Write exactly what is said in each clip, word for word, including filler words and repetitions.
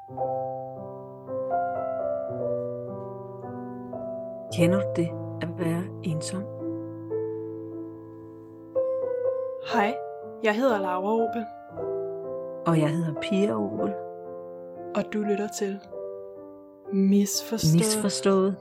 Kender du det at være ensom? Hej, jeg hedder Laura Obel, Og jeg hedder Pia Obel. og du lytter til Misforstået. Misforstået.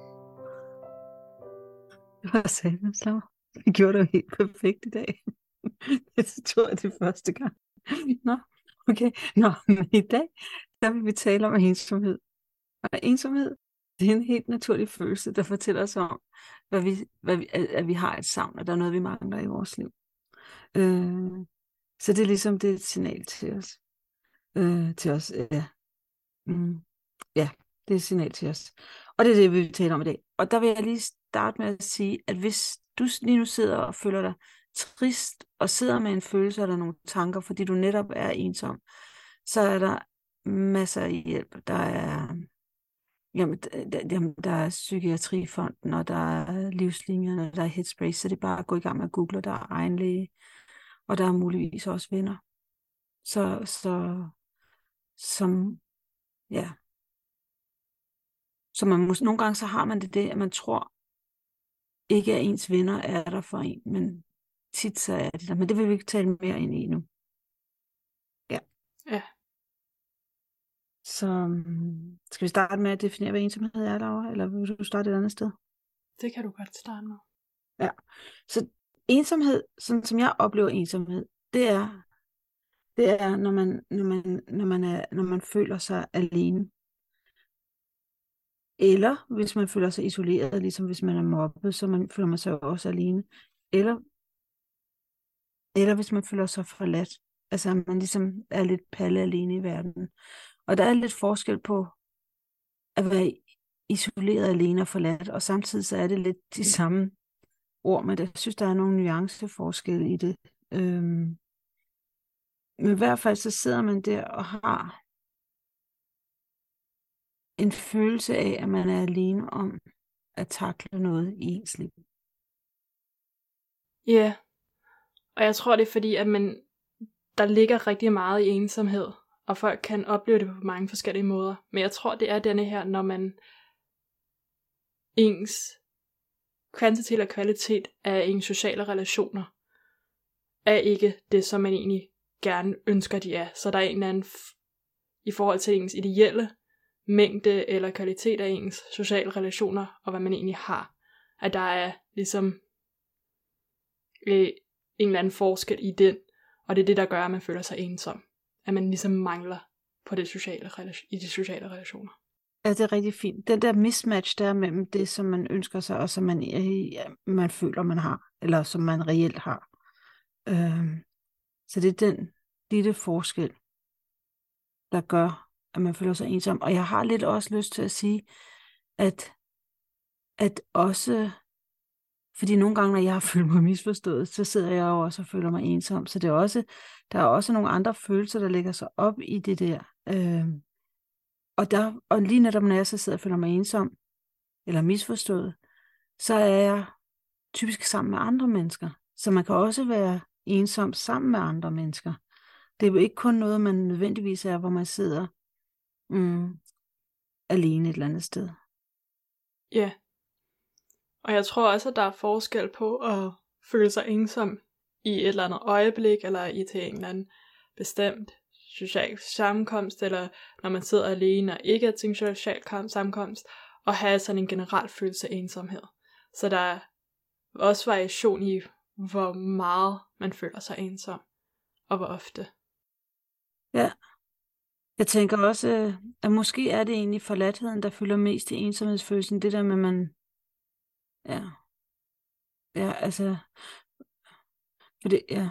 Det var sandt, Laura. Det gjorde du helt perfekt i dag. Jeg tror, det er første gang. Nå, okay. Nå, men i dag, der vil vi tale om ensomhed. Og ensomhed, det er en helt naturlig følelse, der fortæller os om, hvad vi, hvad vi, at at vi har et savn, og der er noget, vi mangler i vores liv. Øh, så det er ligesom, det er et signal til os. Øh, til os, ja. Mm, ja, det er et signal til os. Og det er det, vi vil tale om i dag. Og der vil jeg lige starte med at sige, at hvis du lige nu sidder og føler dig trist, og sidder med en følelse eller nogle tanker, fordi du netop er ensom, så er der masser af hjælp. Der er, jamen, der, jamen, der er Psykiatrifonden, og der er Livslinjerne, der er Headspace, så det er bare at gå i gang med at google, og der er egen læge, og der er muligvis også venner. Så, så som, ja, så man må, nogle gange så har man det det, at man tror ikke, at ens venner er der for en, men tit så er det der. Men det vil vi ikke tale mere ind i nu. Ja. Ja. Så um, skal vi starte med at definere, hvad ensomhed er, Laura? Eller vil du starte et andet sted? Det kan du godt starte med. Ja. Så ensomhed, sådan som jeg oplever ensomhed, det er, det er når man, når man, når man, er, når man føler sig alene. Eller hvis man føler sig isoleret, ligesom hvis man er mobbet, så man føler man sig også alene. Eller, eller hvis man føler sig forladt. Altså at man ligesom er lidt palle alene i verden. Og der er lidt forskel på at være isoleret, alene og forladt, og samtidig så er det lidt de samme ord, men jeg synes, der er nogle nuanceforskelle i det. Øhm, men i hvert fald så sidder man der og har en følelse af, at man er alene om at takle noget i ens liv. Ja, yeah. Og jeg tror, det er fordi, at man, der ligger rigtig meget i ensomhed, og folk kan opleve det på mange forskellige måder. Men jeg tror, det er denne her, når man ens kvantitet og kvalitet af ens sociale relationer er ikke det, som man egentlig gerne ønsker, de er. Så der er en eller anden, f- i forhold til ens ideelle mængde eller kvalitet af ens sociale relationer, og hvad man egentlig har, at der er ligesom øh, en eller anden forskel i den, og det er det, der gør, at man føler sig ensom. At man ligesom mangler på det sociale relation- i de sociale relationer. Ja, det er rigtig fint. Den der mismatch der mellem det, som man ønsker sig, og som man, ja, man føler, man har, eller som man reelt har. Øhm, så det er den lille forskel, der gør, at man føler sig ensom. Og jeg har lidt også lyst til at sige, at, at også, fordi nogle gange, når jeg har følt mig misforstået, så sidder jeg jo også og føler mig ensom. Så det er også, der er også nogle andre følelser, der lægger sig op i det der. Øhm, og, der og lige netop, når jeg så sidder og føler mig ensom, eller misforstået, så er jeg typisk sammen med andre mennesker. Så man kan også være ensom sammen med andre mennesker. Det er jo ikke kun noget, man nødvendigvis er, hvor man sidder mm, alene et eller andet sted. Ja. Og jeg tror også, at der er forskel på at føle sig ensom i et eller andet øjeblik, eller i til en eller anden bestemt social sammenkomst, eller når man sidder alene og ikke er til en social sammenkomst, og have sådan en generel følelse af ensomhed. Så der er også variation i, hvor meget man føler sig ensom, og hvor ofte. Ja. Jeg tænker også, at måske er det egentlig forladtheden, der fylder mest i ensomhedsfølelsen. Det der med, man... Ja. Ja, altså... For det, ja.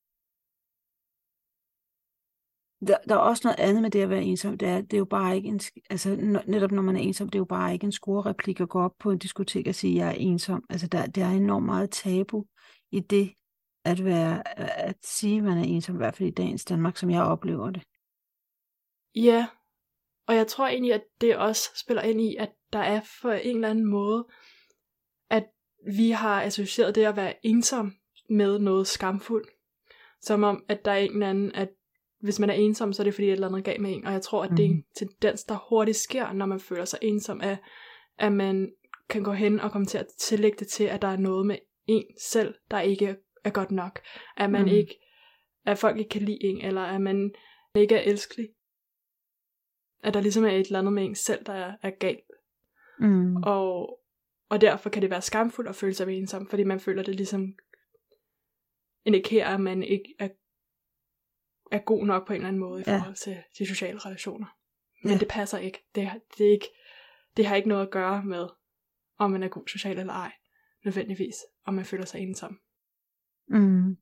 Der, der er også noget andet med det at være ensom. Det er, det er jo bare ikke en... Altså, netop når man er ensom, det er jo bare ikke en scorereplik at gå op på en diskotek og sige, at jeg er ensom. Altså, der, der er enormt meget tabu i det, at være... At sige, at man er ensom, i hvert fald i dagens Danmark, som jeg oplever det. Ja, og jeg tror egentlig, at det også spiller ind i, at der er for en eller anden måde, at vi har associeret det at være ensom med noget skamfuldt. Som om, at der er en eller anden, at hvis man er ensom, så er det fordi, et eller andet galt med en. Og jeg tror, at mm. det er en tendens, der hurtigt sker, når man føler sig ensom, at, at man kan gå hen og komme til at tillægge det til, at der er noget med en selv, der ikke er godt nok. At man mm. ikke, at folk ikke kan lide en, eller at man ikke er elskelig. At der ligesom er et eller andet med en selv, der er, er galt. Mm. Og, og derfor kan det være skamfuldt at føle sig ensom, fordi man føler, det ligesom indikerer, at man ikke er, er god nok på en eller anden måde i forhold ja. til de sociale relationer. Men ja. det passer ikke. Det, det, er ikke. det har ikke noget at gøre med, om man er god social eller ej, nødvendigvis, om man føler sig ensom. Mm.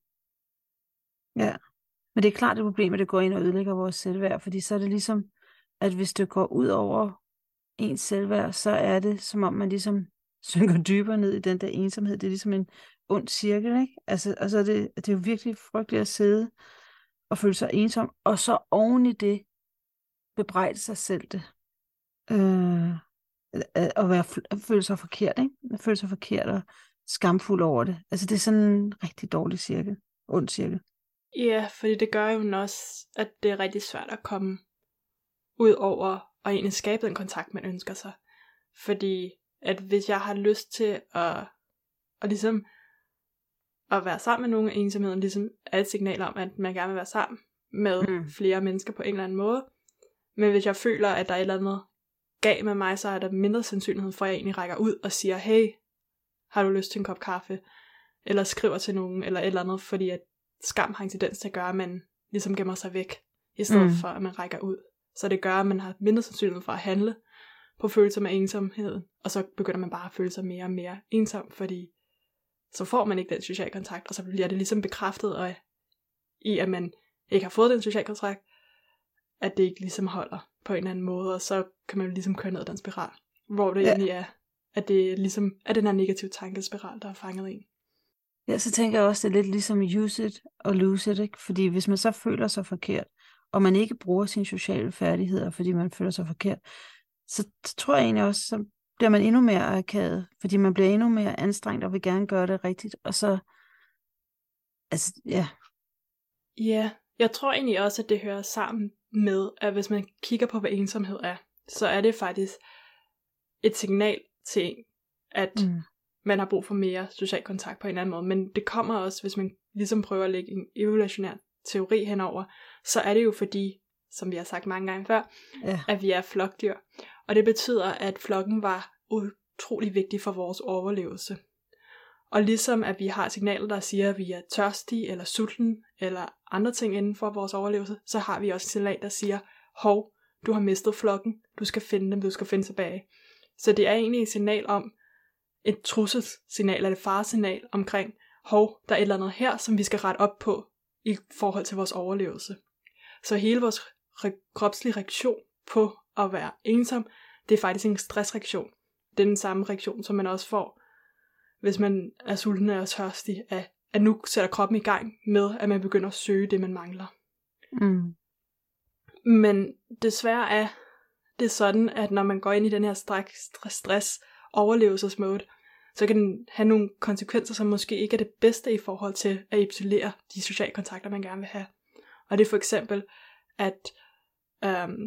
Ja, men det er klart et problem, at det går ind og ødelægger vores selvværd, fordi så er det ligesom, at hvis det går ud over ens selvværd, så er det, som om man ligesom synker dybere ned i den der ensomhed. Det er ligesom en ond cirkel, ikke? Altså, altså det, det er jo virkelig frygteligt at sidde og føle sig ensom, og så oven i det bebrejde sig selv det. Øh, at være, at føle sig forkert, ikke? At føle sig forkert og skamfuld over det. Altså det er sådan en rigtig dårlig cirkel. Ond cirkel. Ja, fordi det gør jo også, at det er rigtig svært at komme ud over og egentlig skabe den kontakt, man ønsker sig. Fordi at hvis jeg har lyst til at, at ligesom at være sammen med nogen af ensomheden, ligesom er et signal om, at man gerne vil være sammen med mm. flere mennesker på en eller anden måde. Men hvis jeg føler, at der er et eller andet galt med mig, så er der mindre sandsynlighed for, at jeg egentlig rækker ud og siger, hey, har du lyst til en kop kaffe? Eller skriver til nogen, eller et eller andet, fordi at skam har en tendens til at gøre, at man ligesom gemmer sig væk, i stedet mm. for, at man rækker ud. Så det gør, at man har mindre sandsynlighed for at handle på følelser med ensomhed, og så begynder man bare at føle sig mere og mere ensom, fordi så får man ikke den sociale kontakt, og så bliver det ligesom bekræftet og, i, at man ikke har fået den sociale kontakt, at det ikke ligesom holder på en eller anden måde, og så kan man ligesom køre ned ad den spiral, hvor det ja. egentlig er, at det ligesom er den her negative tankespiral, der er fanget en. Ja, så tænker jeg også, det er lidt ligesom use it og lose it, ikke? Fordi hvis man så føler sig forkert, og man ikke bruger sine sociale færdigheder, fordi man føler sig forkert, så tror jeg egentlig også, så bliver man endnu mere akavet, fordi man bliver endnu mere anstrengt og vil gerne gøre det rigtigt, og så, altså, ja. Ja, jeg tror egentlig også, at det hører sammen med, at hvis man kigger på, hvad ensomhed er, så er det faktisk et signal til en, at mm. man har brug for mere social kontakt på en anden måde, men det kommer også, hvis man ligesom prøver at lægge en evolutionær teori henover, så er det jo fordi, som vi har sagt mange gange før, ja. at vi er flokdyr. Og det betyder, at flokken var utrolig vigtig for vores overlevelse. Og ligesom at vi har signaler, der siger, at vi er tørstige, eller sulten, eller andre ting inden for vores overlevelse, så har vi også et signal, der siger, hov, du har mistet flokken, du skal finde dem, du skal finde tilbage. Så det er egentlig et signal om, et trusselsignal, eller et faresignal omkring, hov, der er et eller andet her, som vi skal rette op på, i forhold til vores overlevelse. Så hele vores re- kropslige reaktion på at være ensom, det er faktisk en stressreaktion. Det er den samme reaktion, som man også får, hvis man er sulten og tørstig, at, at nu sætter kroppen i gang med, at man begynder at søge det, man mangler. Mm. Men desværre er det sådan, at når man går ind i den her stress, stress overlevelsesmode, så kan den have nogle konsekvenser, som måske ikke er det bedste i forhold til at isolere de sociale kontakter, man gerne vil have. Og det er for eksempel, at, øhm,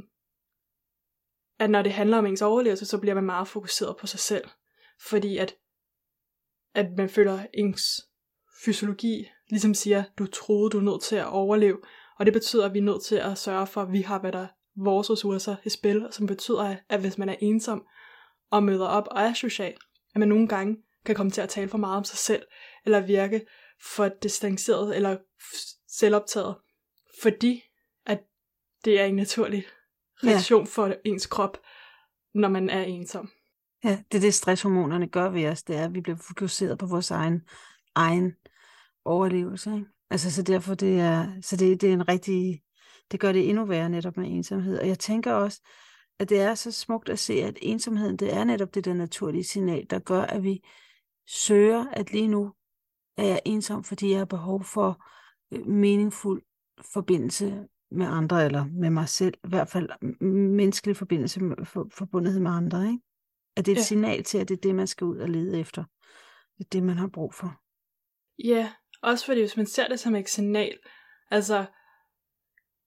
at når det handler om ens overlevelse, så bliver man meget fokuseret på sig selv. Fordi at, at man føler, at ens fysiologi ligesom siger, du troede, du er nødt til at overleve. Og det betyder, at vi er nødt til at sørge for, at vi har hvad der vores ressourcer i spil, som betyder, at hvis man er ensom og møder op og er social, at man nogle gange kan komme til at tale for meget om sig selv, eller virke for distanceret eller selvoptaget, fordi at det er en naturlig reaktion ja. for ens krop, når man er ensom. Ja, det er det stresshormonerne gør ved os, det er, at vi bliver fokuseret på vores egen, egen overlevelse, ikke? Altså, så derfor det er, så det, det er en rigtig, det gør det endnu værre netop med ensomhed. Og jeg tænker også, at det er så smukt at se, at ensomheden, det er netop det der naturlige signal, der gør, at vi søger, at lige nu er jeg ensom, fordi jeg har behov for meningsfuld forbindelse med andre, eller med mig selv, i hvert fald menneskelig forbindelse, med, for, forbundethed med andre, ikke? At det er et ja. signal til, at det er det, man skal ud og lede efter. Det er det, man har brug for. Ja, også fordi hvis man ser det som et signal, altså,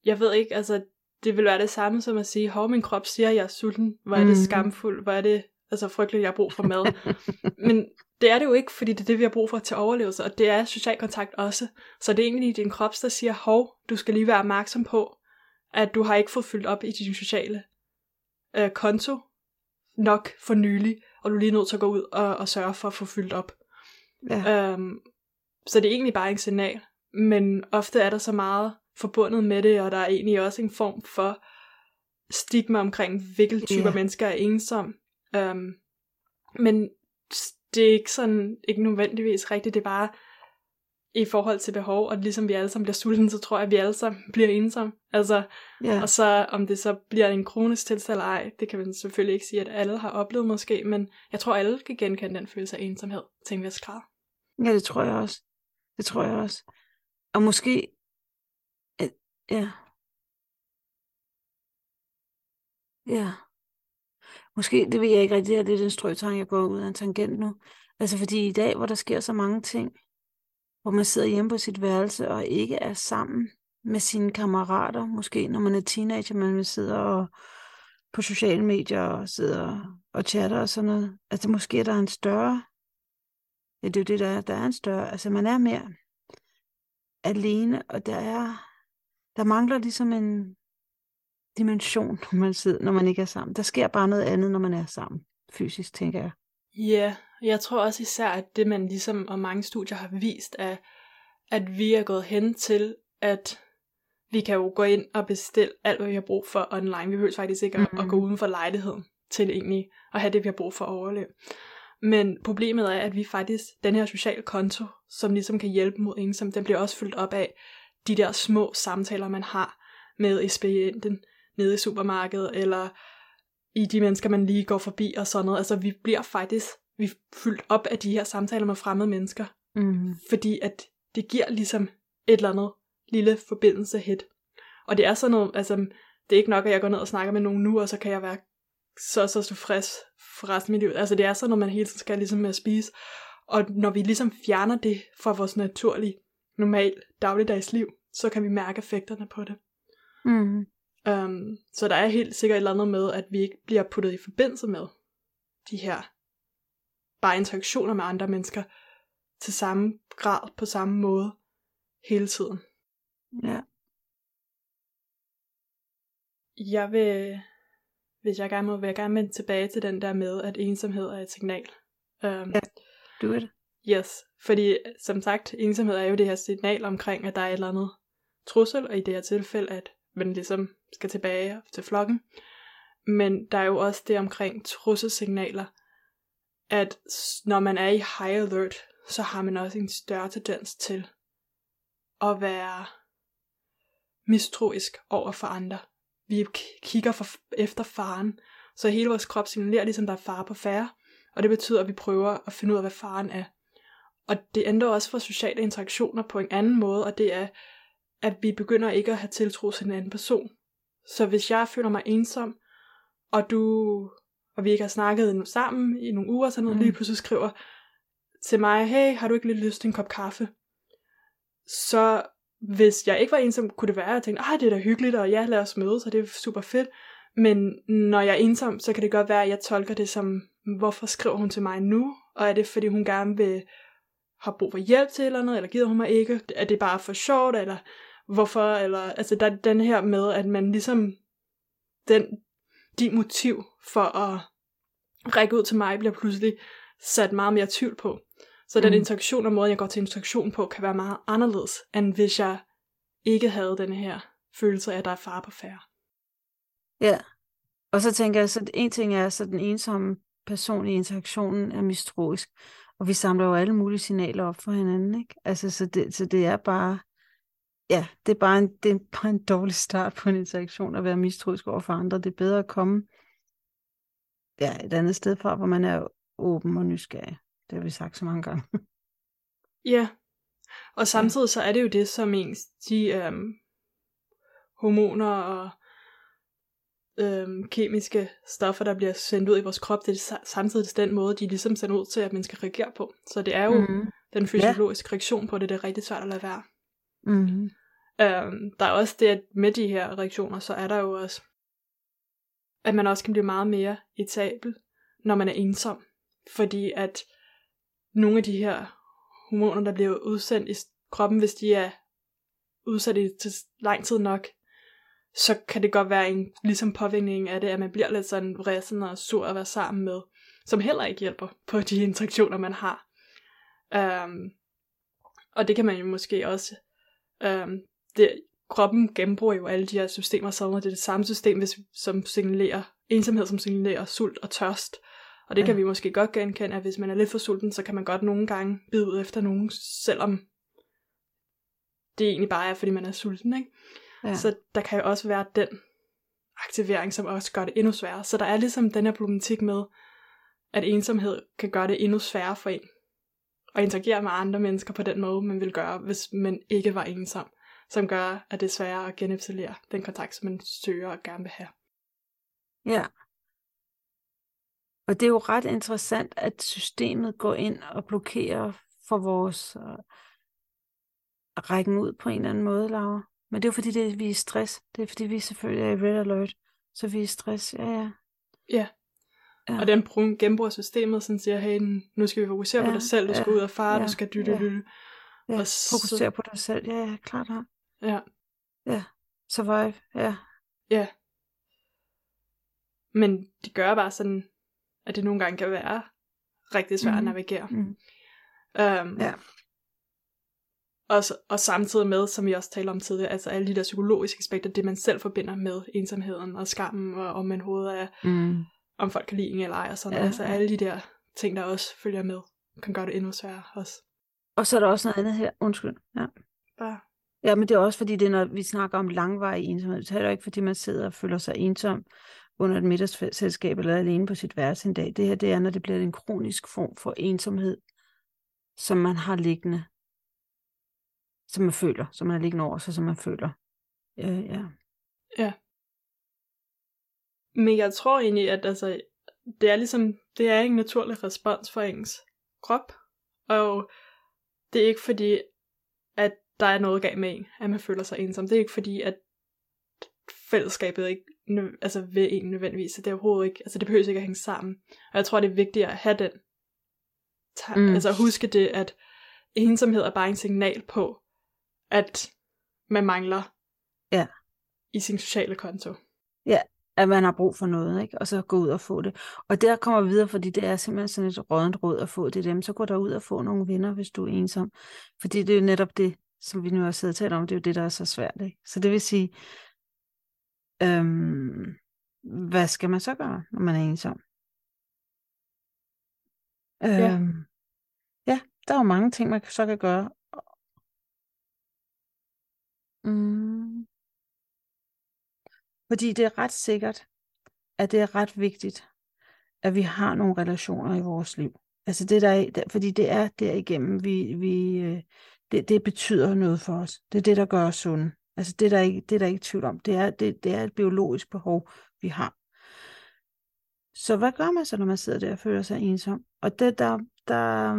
jeg ved ikke, altså, det vil være det samme som at sige, hov, min krop siger, at jeg er sulten, hvor er det Mhm. skamfuldt, hvor er det altså frygteligt, jeg har brug for mad. Men det er det jo ikke, fordi det er det, vi har brug for til overlevelse, og det er social kontakt også. Så det er egentlig din krop, der siger, hov, du skal lige være opmærksom på, at du har ikke fået fyldt op i din sociale øh, konto nok for nylig, og du er lige nødt til at gå ud og, og sørge for at få fyldt op. Ja. Øhm, så det er egentlig bare en signal, men ofte er der så meget forbundet med det, og der er egentlig også en form for stigma omkring, hvilke typer Ja. mennesker er ensom. Øhm, men det er ikke sådan, ikke nødvendigvis rigtigt, det er bare i forhold til behov, og ligesom vi alle sammen bliver sultne, så tror jeg, at vi alle sammen bliver ensomme. Altså, Ja. og så om det så bliver en kronisk tilstand eller ej, det kan man selvfølgelig ikke sige, at alle har oplevet måske, men jeg tror, alle kan genkende den følelse af ensomhed til en vis grad. Ja, det tror jeg også. Det tror jeg også. Og måske, at, ja, ja, måske, det ved jeg ikke rigtigt, det er den strøtang, jeg går ud af en tangent nu. Altså fordi i dag, hvor der sker så mange ting, hvor man sidder hjemme på sit værelse og ikke er sammen med sine kammerater, måske når man er teenager, man sidder og på sociale medier og sidder og chatter og sådan noget. Altså måske er der en større, ja, det er jo det, der er, der er en større, altså man er mere alene, og der er, der mangler ligesom en dimension, når man sidder, når man ikke er sammen. Der sker bare noget andet, når man er sammen, fysisk, tænker jeg. Ja, yeah, jeg tror også især, at det man ligesom, og mange studier har vist, er, at vi er gået hen til, at vi kan jo gå ind og bestille alt, hvad vi har brug for online. Vi behøver faktisk ikke at, Mhm. at gå uden for lejligheden til egentlig at have det, vi har brug for at overleve. Men problemet er, at vi faktisk, den her sociale konto, som ligesom kan hjælpe mod ensomhed, den bliver også fyldt op af de der små samtaler, man har med ekspedienten nede i supermarkedet, eller i de mennesker, man lige går forbi og sådan noget. Altså vi bliver faktisk vi er fyldt op af de her samtaler med fremmede mennesker, Mm. fordi at det giver ligesom et eller andet lille forbindelse hit. Og det er sådan noget, altså det er ikke nok, at jeg går ned og snakker med nogen nu, og så kan jeg være så så tilfreds for resten af mit liv. Altså det er sådan noget, man hele tiden skal ligesom med at spise. Og når vi ligesom fjerner det fra vores naturlige, normal dagligdags liv, så kan vi mærke effekterne på det. Mm. Um, så der er helt sikkert et eller andet med, at vi ikke bliver puttet i forbindelse med de her bare interaktioner med andre mennesker til samme grad, på samme måde, hele tiden. Ja. Jeg vil, hvis jeg gerne må, vil jeg gerne vende tilbage til den der med, at ensomhed er et signal. Um, Ja. Du er det. Yes, fordi som sagt, ensomhed er jo det her signal omkring, at der er et eller andet trussel, og i det her tilfælde, at man ligesom skal tilbage til flokken. Men der er jo også det omkring trusselsignaler, at når man er i high alert, så har man også en større tendens til at være mistroisk over for andre. Vi kigger for, efter faren, så hele vores krop signalerer ligesom, der er fare på færde, og det betyder, at vi prøver at finde ud af, hvad faren er. Og det ændrer også for sociale interaktioner på en anden måde, og det er, at vi begynder ikke at have tiltro til en anden person. Så hvis jeg føler mig ensom, og du og vi ikke har snakket sammen i nogle uger, så noget mm. lige pludselig skriver til mig, hey, har du ikke lidt lyst til en kop kaffe? Så hvis jeg ikke var ensom, kunne det være, at jeg tænkte, ej, det er da hyggeligt, og ja, lad os mødes, og det er super fedt. Men når jeg er ensom, så kan det godt være, at jeg tolker det som, hvorfor skriver hun til mig nu? Og er det, fordi hun gerne vil have brug for hjælp til eller noget, eller gider hun mig ikke? Er det bare for sjovt, eller hvorfor? Eller, altså, der er den her med, at man ligesom, den, de motiv for at række ud til mig, bliver pludselig sat meget mere tvivl på. Så den mm. interaktion og måden, jeg går til interaktion på, kan være meget anderledes, end hvis jeg ikke havde den her følelse af, at der er fare på færde. Ja, og så tænker jeg, så en ting er, så den ensomme person i interaktionen er mistroisk, og vi samler jo alle mulige signaler op for hinanden, ikke? Altså, så det, så det er bare, ja, det er bare en, det er bare en dårlig start på en interaktion at være mistroisk over for andre. Det er bedre at komme ja, et andet sted fra, hvor man er åben og nysgerrig. Det har vi sagt så mange gange. Ja, og samtidig så er det jo det, som ens de øhm, hormoner og øhm, kemiske stoffer, der bliver sendt ud i vores krop, det er samtidig den måde, de ligesom sender ud til, at man skal reagere på. Så det er jo mm-hmm. den fysiologiske ja. reaktion på det, det er rigtig svært at lade være. Mm-hmm. Øhm, der er også det, at med de her reaktioner, så er der jo også, at man også kan blive meget mere irritabel, når man er ensom. Fordi at nogle af de her hormoner, der bliver udsendt i kroppen, hvis de er udsat i til lang tid nok, så kan det godt være en ligesom påvirkning af det, at man bliver lidt sådan vrissen og sur at være sammen med, som heller ikke hjælper på de interaktioner, man har. Um, og det kan man jo måske også, um, det, kroppen genbruger jo alle de her systemer, så det er det samme system, hvis, som signalerer ensomhed, som signalerer sult og tørst. Og det ja. kan vi måske godt genkende, at hvis man er lidt for sulten, så kan man godt nogle gange bide ud efter nogen, selvom det egentlig bare er, fordi man er sulten, ikke? Ja. Så der kan jo også være den aktivering, som også gør det endnu sværere. Så der er ligesom den her problematik med, at ensomhed kan gøre det endnu sværere for en. Og interagere med andre mennesker på den måde, man ville gøre, hvis man ikke var ensom. Som gør, at det er sværere at genetablere den kontakt, som man søger og gerne vil have. Ja. Og det er jo ret interessant, at systemet går ind og blokerer for vores uh, rækken ud på en eller anden måde, Laura. Men det er jo fordi, det er, vi er i stress. Det er fordi, vi selvfølgelig er i red alert. Så vi er i stress, ja, ja. Ja. Ja. Og den genbruger systemet, sådan siger, hey, nu skal vi fokusere ja, på dig selv, du skal ja, ud og fare, ja, du skal dytte, ja. dytte. Ja, fokusere så... på dig selv, ja, ja, klart her. Ja. Ja, survive, ja. Ja. Men det gør bare sådan, at det nogle gange kan være rigtig svært mm. at navigere. Mm. Um, ja. Og, og samtidig med, som vi også talte om tidligere, altså alle de der psykologiske aspekter, det man selv forbinder med ensomheden og skammen, og om man hovedet er, mm. om folk kan lide en eller ej, og sådan ja. Altså alle de der ting, der også følger med, kan gøre det endnu sværere også. Og så er der også noget andet her, undskyld. Ja. Bare. Ja, men det er også fordi, det er, når vi snakker om langvarig ensomhed, så er det ikke fordi, man sidder og føler sig ensom under et middagsselskab eller alene på sit værelse en dag. Det her, det er, når det bliver en kronisk form for ensomhed, som man har liggende, som man føler, som man har liggende over sig, som man føler. Ja, ja. Ja. Men jeg tror egentlig, at altså, det er ligesom, det er en naturlig respons for ens krop, og det er ikke fordi, at der er noget galt med en, at man føler sig ensom. Det er ikke fordi, at fællesskabet ikke altså ved en nødvendigvis. Det er overhovedet ikke, altså det behøver ikke at hænge sammen. Og jeg tror, det er vigtigt at have den tanke, mm. altså huske det, at ensomhed er bare en signal på, at man mangler ja. i sin sociale konto. Ja, at man har brug for noget, ikke? Og så gå ud og få det. Og der kommer vi videre, fordi det er simpelthen sådan et rådent råd at få det dem. Så gå der ud og få nogle venner, hvis du er ensom. Fordi det er jo netop det, som vi nu har siddet og talt om, det er jo det, der er så svært, ikke? Så det vil sige, øhm, hvad skal man så gøre, når man er ensom? Ja. Øhm, ja, der er jo mange ting, man så kan gøre. Mm. Fordi det er ret sikkert, at det er ret vigtigt, at vi har nogle relationer i vores liv. Altså det der, er, fordi det er derigennem, vi, vi, det, det betyder noget for os. Det er det, der gør os sunde. Altså det, der ikke, det er der ikke tvivl om. Det er, det, det er et biologisk behov, vi har. Så hvad gør man så, når man sidder der og føler sig ensom? Og det der, der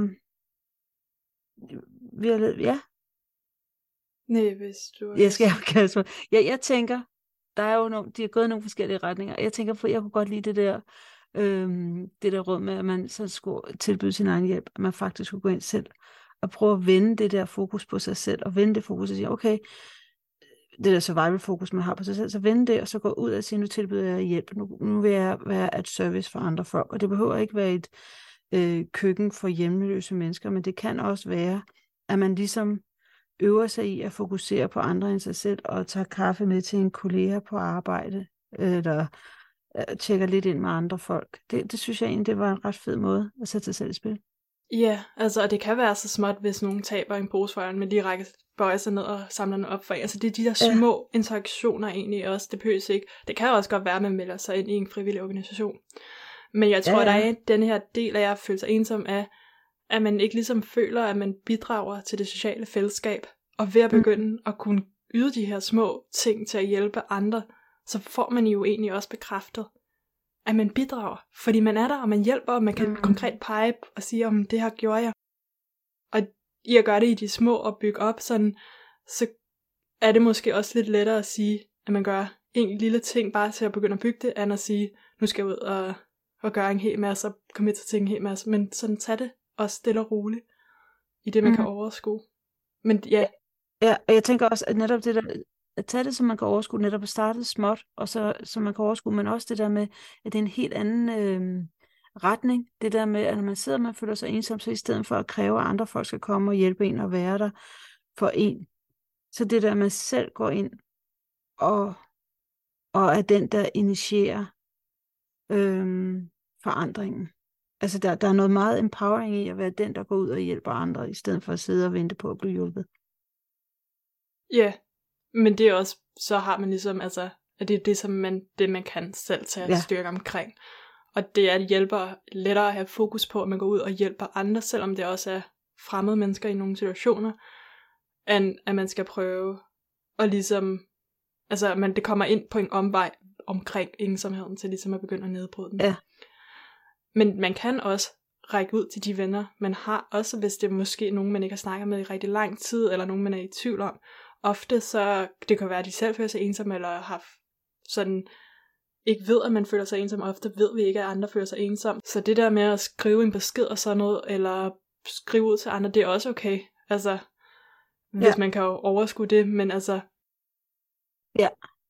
vi har, ja. Nej, hvis du... Jeg skal jeg, jeg, jeg tænker, der er jo nogle, de har gået i nogle forskellige retninger. Jeg tænker, for jeg kunne godt lide det der, øhm, det der råd med, at man så skulle tilbyde sin egen hjælp, at man faktisk skulle gå ind selv og prøve at vende det der fokus på sig selv, og vende det fokus og sige, okay, det der survival fokus, man har på sig selv, så vende det, og så gå ud og sige, nu tilbyder jeg hjælp, nu, nu vil jeg være et service for andre folk, og det behøver ikke være et øh, køkken for hjemløse mennesker, men det kan også være, at man ligesom øver sig i at fokusere på andre end sig selv, og tager kaffe med til en kollega på arbejde, eller øh, tjekker lidt ind med andre folk. Det, det synes jeg egentlig, det var en ret fed måde at sætte sig selv i spil. Ja, altså, og det kan være så småt, hvis nogen taber en pose for en, men de rækker bøjer sig ned og samler den op for en. Altså det er de der små ja. interaktioner egentlig også, det behøves ikke. Det kan også godt være, at man melder sig ind i en frivillig organisation. Men jeg tror, ja, ja. der er den her del af at føle sig ensom af, at man ikke ligesom føler, at man bidrager til det sociale fællesskab. Og ved at begynde mm. at kunne yde de her små ting til at hjælpe andre, så får man jo egentlig også bekræftet, at man bidrager. Fordi man er der, og man hjælper, og man kan mm. konkret pege og sige, om det her gjorde jeg. Og i at gøre det i de små og bygge op, sådan, så er det måske også lidt lettere at sige, at man gør en lille ting bare til at begynde at bygge det, end at sige, nu skal jeg ud og, og gøre en hel masse, og komme til en hel masse, men sådan tag det også stille og roligt, i det man mm. kan overskue. Men ja. Ja, og jeg tænker også, at netop det der, at tage det, som man kan overskue, netop at starte småt, og så som man kan overskue, men også det der med, at det er en helt anden øh, retning. Det der med, at når man sidder og man føler sig ensom, så i stedet for at kræve, at andre folk skal komme og hjælpe en og være der for en, så det der, at man selv går ind og, og er den, der initierer øh, forandringen. Altså der, der er noget meget empowering i at være den, der går ud og hjælper andre, i stedet for at sidde og vente på at blive hjulpet. Ja, men det er også, så har man ligesom, altså, at det er det, som man, det man kan selv tage ja. styrke omkring. Og det er, at det hjælper lettere at have fokus på, at man går ud og hjælper andre, selvom det også er fremmede mennesker i nogle situationer, end at man skal prøve at ligesom, altså, man, det kommer ind på en omvej omkring ensomheden, til ligesom at begynde at nedbryde den. Ja. Men man kan også række ud til de venner, man har, også hvis det er måske nogen, man ikke har snakket med i rigtig lang tid, eller nogen, man er i tvivl om. Ofte så, det kan være, at de selv føler sig ensomme, eller har sådan, ikke ved, at man føler sig ensom. Ofte ved vi ikke, at andre føler sig ensom. Så det der med at skrive en besked og sådan noget, eller skrive ud til andre, det er også okay. Altså, hvis ja. man kan jo overskue det, men altså... Ja.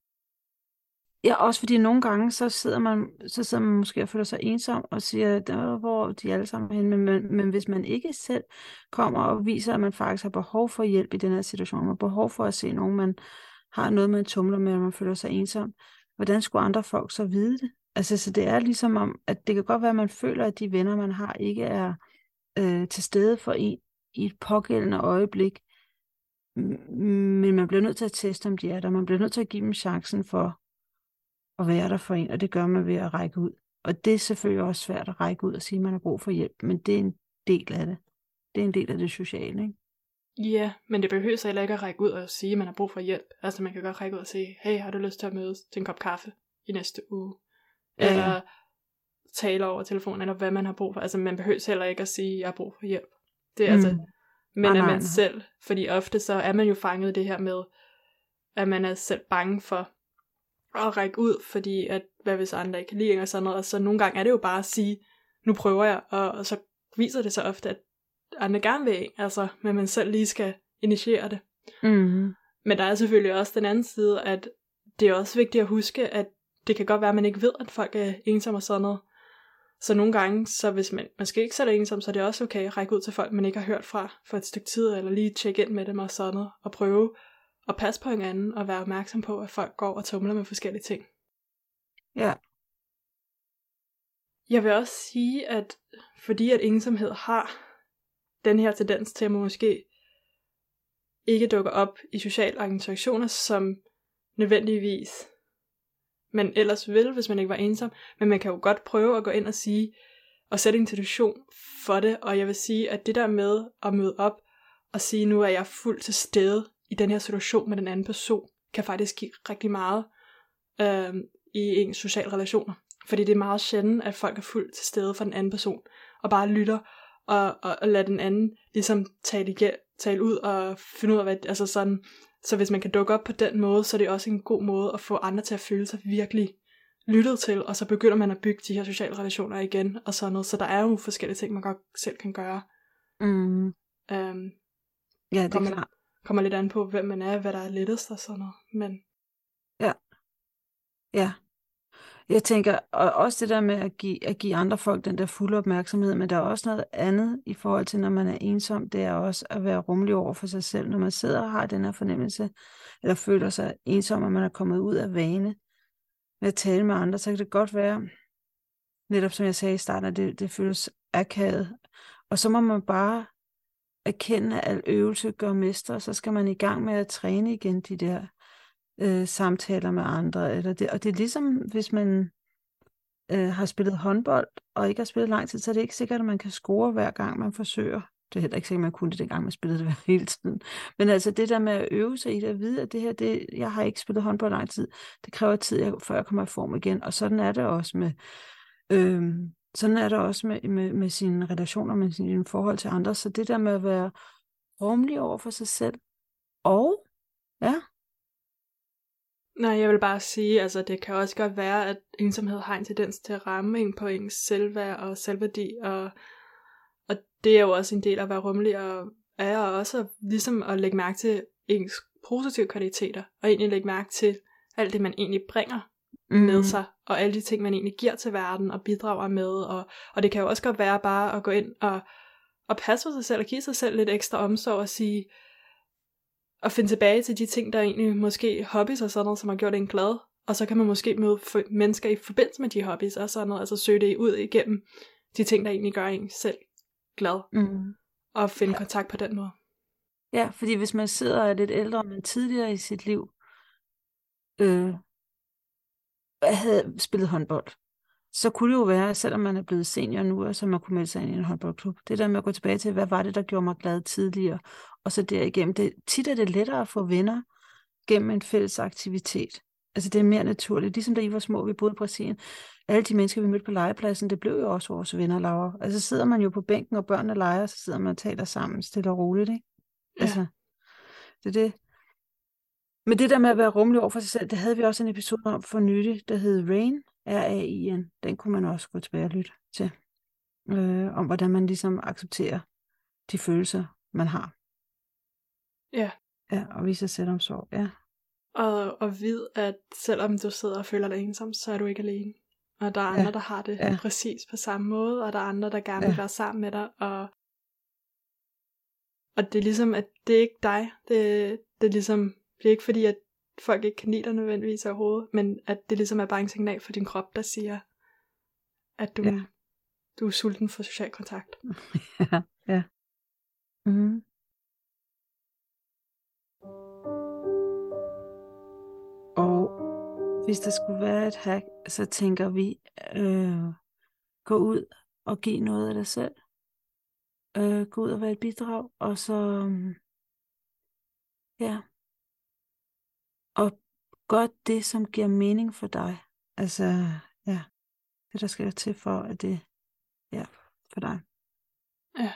Ja, også fordi nogle gange, så sidder man, så sidder man måske og føler sig ensom, og siger, hvor de er alle sammen henne, men, men, men hvis man ikke selv kommer og viser, at man faktisk har behov for hjælp i den her situation, man har behov for at se nogen, man har noget, man tumler med, og man føler sig ensom, hvordan skulle andre folk så vide det? Altså, så det er ligesom om, at det kan godt være, at man føler, at de venner, man har, ikke er øh, til stede for en i et pågældende øjeblik, men man bliver nødt til at teste, om de er der, man bliver nødt til at give dem chancen for at være der for en, og det gør man ved at række ud. Og det er selvfølgelig også svært at række ud og sige, at man har brug for hjælp, men det er en del af det. Det er en del af det sociale, ikke? Ja, men det behøver så heller ikke at række ud og sige, at man har brug for hjælp. Altså man kan godt række ud og sige, hey, har du lyst til at mødes til en kop kaffe i næste uge? Ja. Eller tale over telefonen, eller hvad man har brug for. Altså man behøver heller ikke at sige, at jeg har brug for hjælp. Det er mm. altså, men ah, at man nej, nej. selv, fordi ofte så er man jo fanget det her med, at man er selv bange for at række ud, fordi at, hvad hvis andre ikke kan lide, og sådan noget, og så nogle gange er det jo bare at sige, nu prøver jeg, og, og så viser det sig ofte, at andre gerne vil, altså, men man selv lige skal initiere det. Mm. Men der er selvfølgelig også den anden side, at det er også vigtigt at huske, at det kan godt være, at man ikke ved, at folk er ensomme og sådan noget. Så nogle gange, så hvis man måske ikke selv er ensom, så er det også okay at række ud til folk, man ikke har hørt fra for et stykke tid, eller lige tjekke ind med dem og sådan noget, og prøve og passe på hinanden, og være opmærksom på, at folk går og tumler med forskellige ting. Ja. Jeg vil også sige, at fordi at ensomhed har den her tendens til at måske ikke dukke op i sociale organisationer, som nødvendigvis man ellers vil, hvis man ikke var ensom, men man kan jo godt prøve at gå ind og sige, og sætte en institution for det, og jeg vil sige, at det der med at møde op, og sige, nu er jeg fuldt til stede i den her situation med den anden person, kan faktisk give rigtig meget øh, i ens sociale relationer. Fordi det er meget sjældent, at folk er fuldt til stede for den anden person, og bare lytter, og, og, og lader den anden ligesom tale, igen, tale ud, og finde ud af, hvad, altså sådan, så hvis man kan dukke op på den måde, så er det også en god måde at få andre til at føle sig virkelig lyttet til, og så begynder man at bygge de her sociale relationer igen, og sådan noget. Så der er jo forskellige ting, man godt selv kan gøre. Mm. Øhm, ja, det kommer, er klart. Kommer lidt an på, hvem man er, hvad der er lettest og sådan noget. Men... Ja. Ja. Jeg tænker, og også det der med at give, at give andre folk den der fulde opmærksomhed, men der er også noget andet i forhold til, når man er ensom, det er også at være rummelig over for sig selv. Når man sidder og har den her fornemmelse, eller føler sig ensom, og man er kommet ud af vane med at tale med andre, så kan det godt være, netop som jeg sagde i starten, at det, det føles akavet. Og så må man bare erkende, at al øvelse gør mester, og så skal man i gang med at træne igen de der øh, samtaler med andre. Eller det, og det er ligesom, hvis man øh, har spillet håndbold, og ikke har spillet lang tid, så er det ikke sikkert, at man kan score hver gang, man forsøger. Det er heller ikke sikkert, at man kunne det, dengang man spillede det hele tiden. Men altså det der med at øve sig i det, at vide, at det her, det, jeg har ikke spillet håndbold lang tid, det kræver tid, før jeg kommer i form igen. Og sådan er det også med... Øh, Sådan er det også med, med, med sine relationer, med sine forhold til andre. Så det der med at være rummelig over for sig selv, og ja, Nej, jeg vil bare sige, altså det kan også godt være, at ensomhed har en tendens til at ramme en på ens selvværd og selvværdi, og, og det er jo også en del af at være rummelig, og er også ligesom at lægge mærke til ens positive kvaliteter, og egentlig lægge mærke til alt det, man egentlig bringer mm. med sig, og alle de ting, man egentlig giver til verden, og bidrager med, og, og det kan jo også godt være bare at gå ind og, og passe på sig selv, og give sig selv lidt ekstra omsorg, og sige, og finde tilbage til de ting, der egentlig måske hobbies og sådan noget, som har gjort en glad, og så kan man måske møde f- mennesker i forbindelse med de hobbies, og sådan noget, altså søge det ud igennem de ting, der egentlig gør en selv glad, mm. og finde kontakt på den måde. Ja, fordi hvis man sidder og er lidt ældre, men tidligere i sit liv øh, havde spillet håndbold, så kunne det jo være, selvom man er blevet senior nu, og så man kunne melde sig ind i en håndboldklub. Det der med at gå tilbage til, hvad var det, der gjorde mig glad tidligere, og så derigennem. Det, tit er det lettere at få venner gennem en fælles aktivitet. Altså det er mere naturligt. Ligesom da I var små, vi boede i Brasilien. Alle de mennesker, vi mødte på legepladsen, det blev jo også vores venner, Laura. Altså så sidder man jo på bænken, og børnene leger, så sidder man og taler sammen stille og roligt, ikke? Ja. Altså, det er det. Men det der med at være rummelig over for sig selv, det havde vi også en episode om for nylig, der hed Rain, R A I N. Den kunne man også gå tilbage og lytte til. Øh, om hvordan man ligesom accepterer de følelser, man har. Ja. Ja, og vise sig selv om sorg, ja. Og, og vid, at selvom du sidder og føler dig ensom, så er du ikke alene. Og der er andre, ja. der har det ja. præcis på samme måde, og der er andre, der gerne vil ja. være sammen med dig, og Og det er ligesom, at det er ikke dig. Det, det er ligesom, det er ikke fordi, at folk ikke kan lide dig nødvendigvis overhovedet, men at det ligesom er bare en signal for din krop, der siger, at du, ja. du er sulten for social kontakt. ja, ja. Mm-hmm. Og hvis der skulle være et hack, så tænker vi, øh, gå ud og give noget af dig selv. Øh, gå ud og være et bidrag, og så ja, og gør det, som giver mening for dig. Altså, ja, det der skal til for, at det ja, for dig. Ja.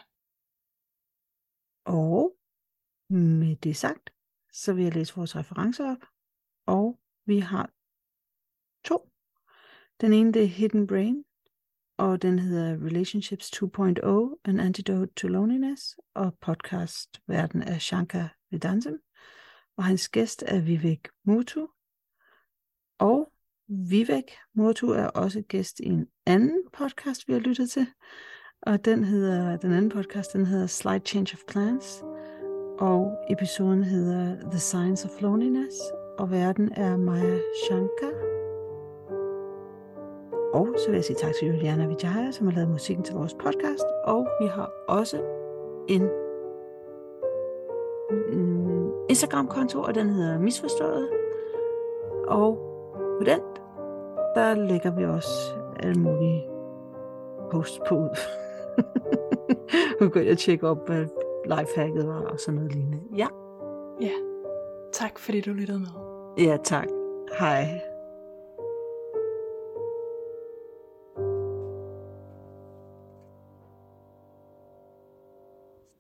Og med det sagt, så vil jeg læse vores referencer op, og vi har to. Den ene, det er Hidden Brain, og den hedder Relationships to point oh, An Antidote to Loneliness, og podcast verden af Shankar Vedantam, og hans gæst er Vivek Murthy, og Vivek Murthy er også gæst i en anden podcast, vi har lyttet til, og den hedder, den anden podcast, den hedder Slight Change of Plans, og episoden hedder The Science of Loneliness, og verden er Maya Shankar. Og så vil jeg sige tak til Juliana Vijaya, som har lavet musikken til vores podcast. Og vi har også en mm, Instagram-konto, og den hedder Misforstået. Og på den, der lægger vi også alle mulige posts på ud. Nu går jeg og tjekke op, hvad lifehacket var, og sådan noget lignende. Ja. Ja. Tak fordi du lyttede med. Ja, tak. Hej.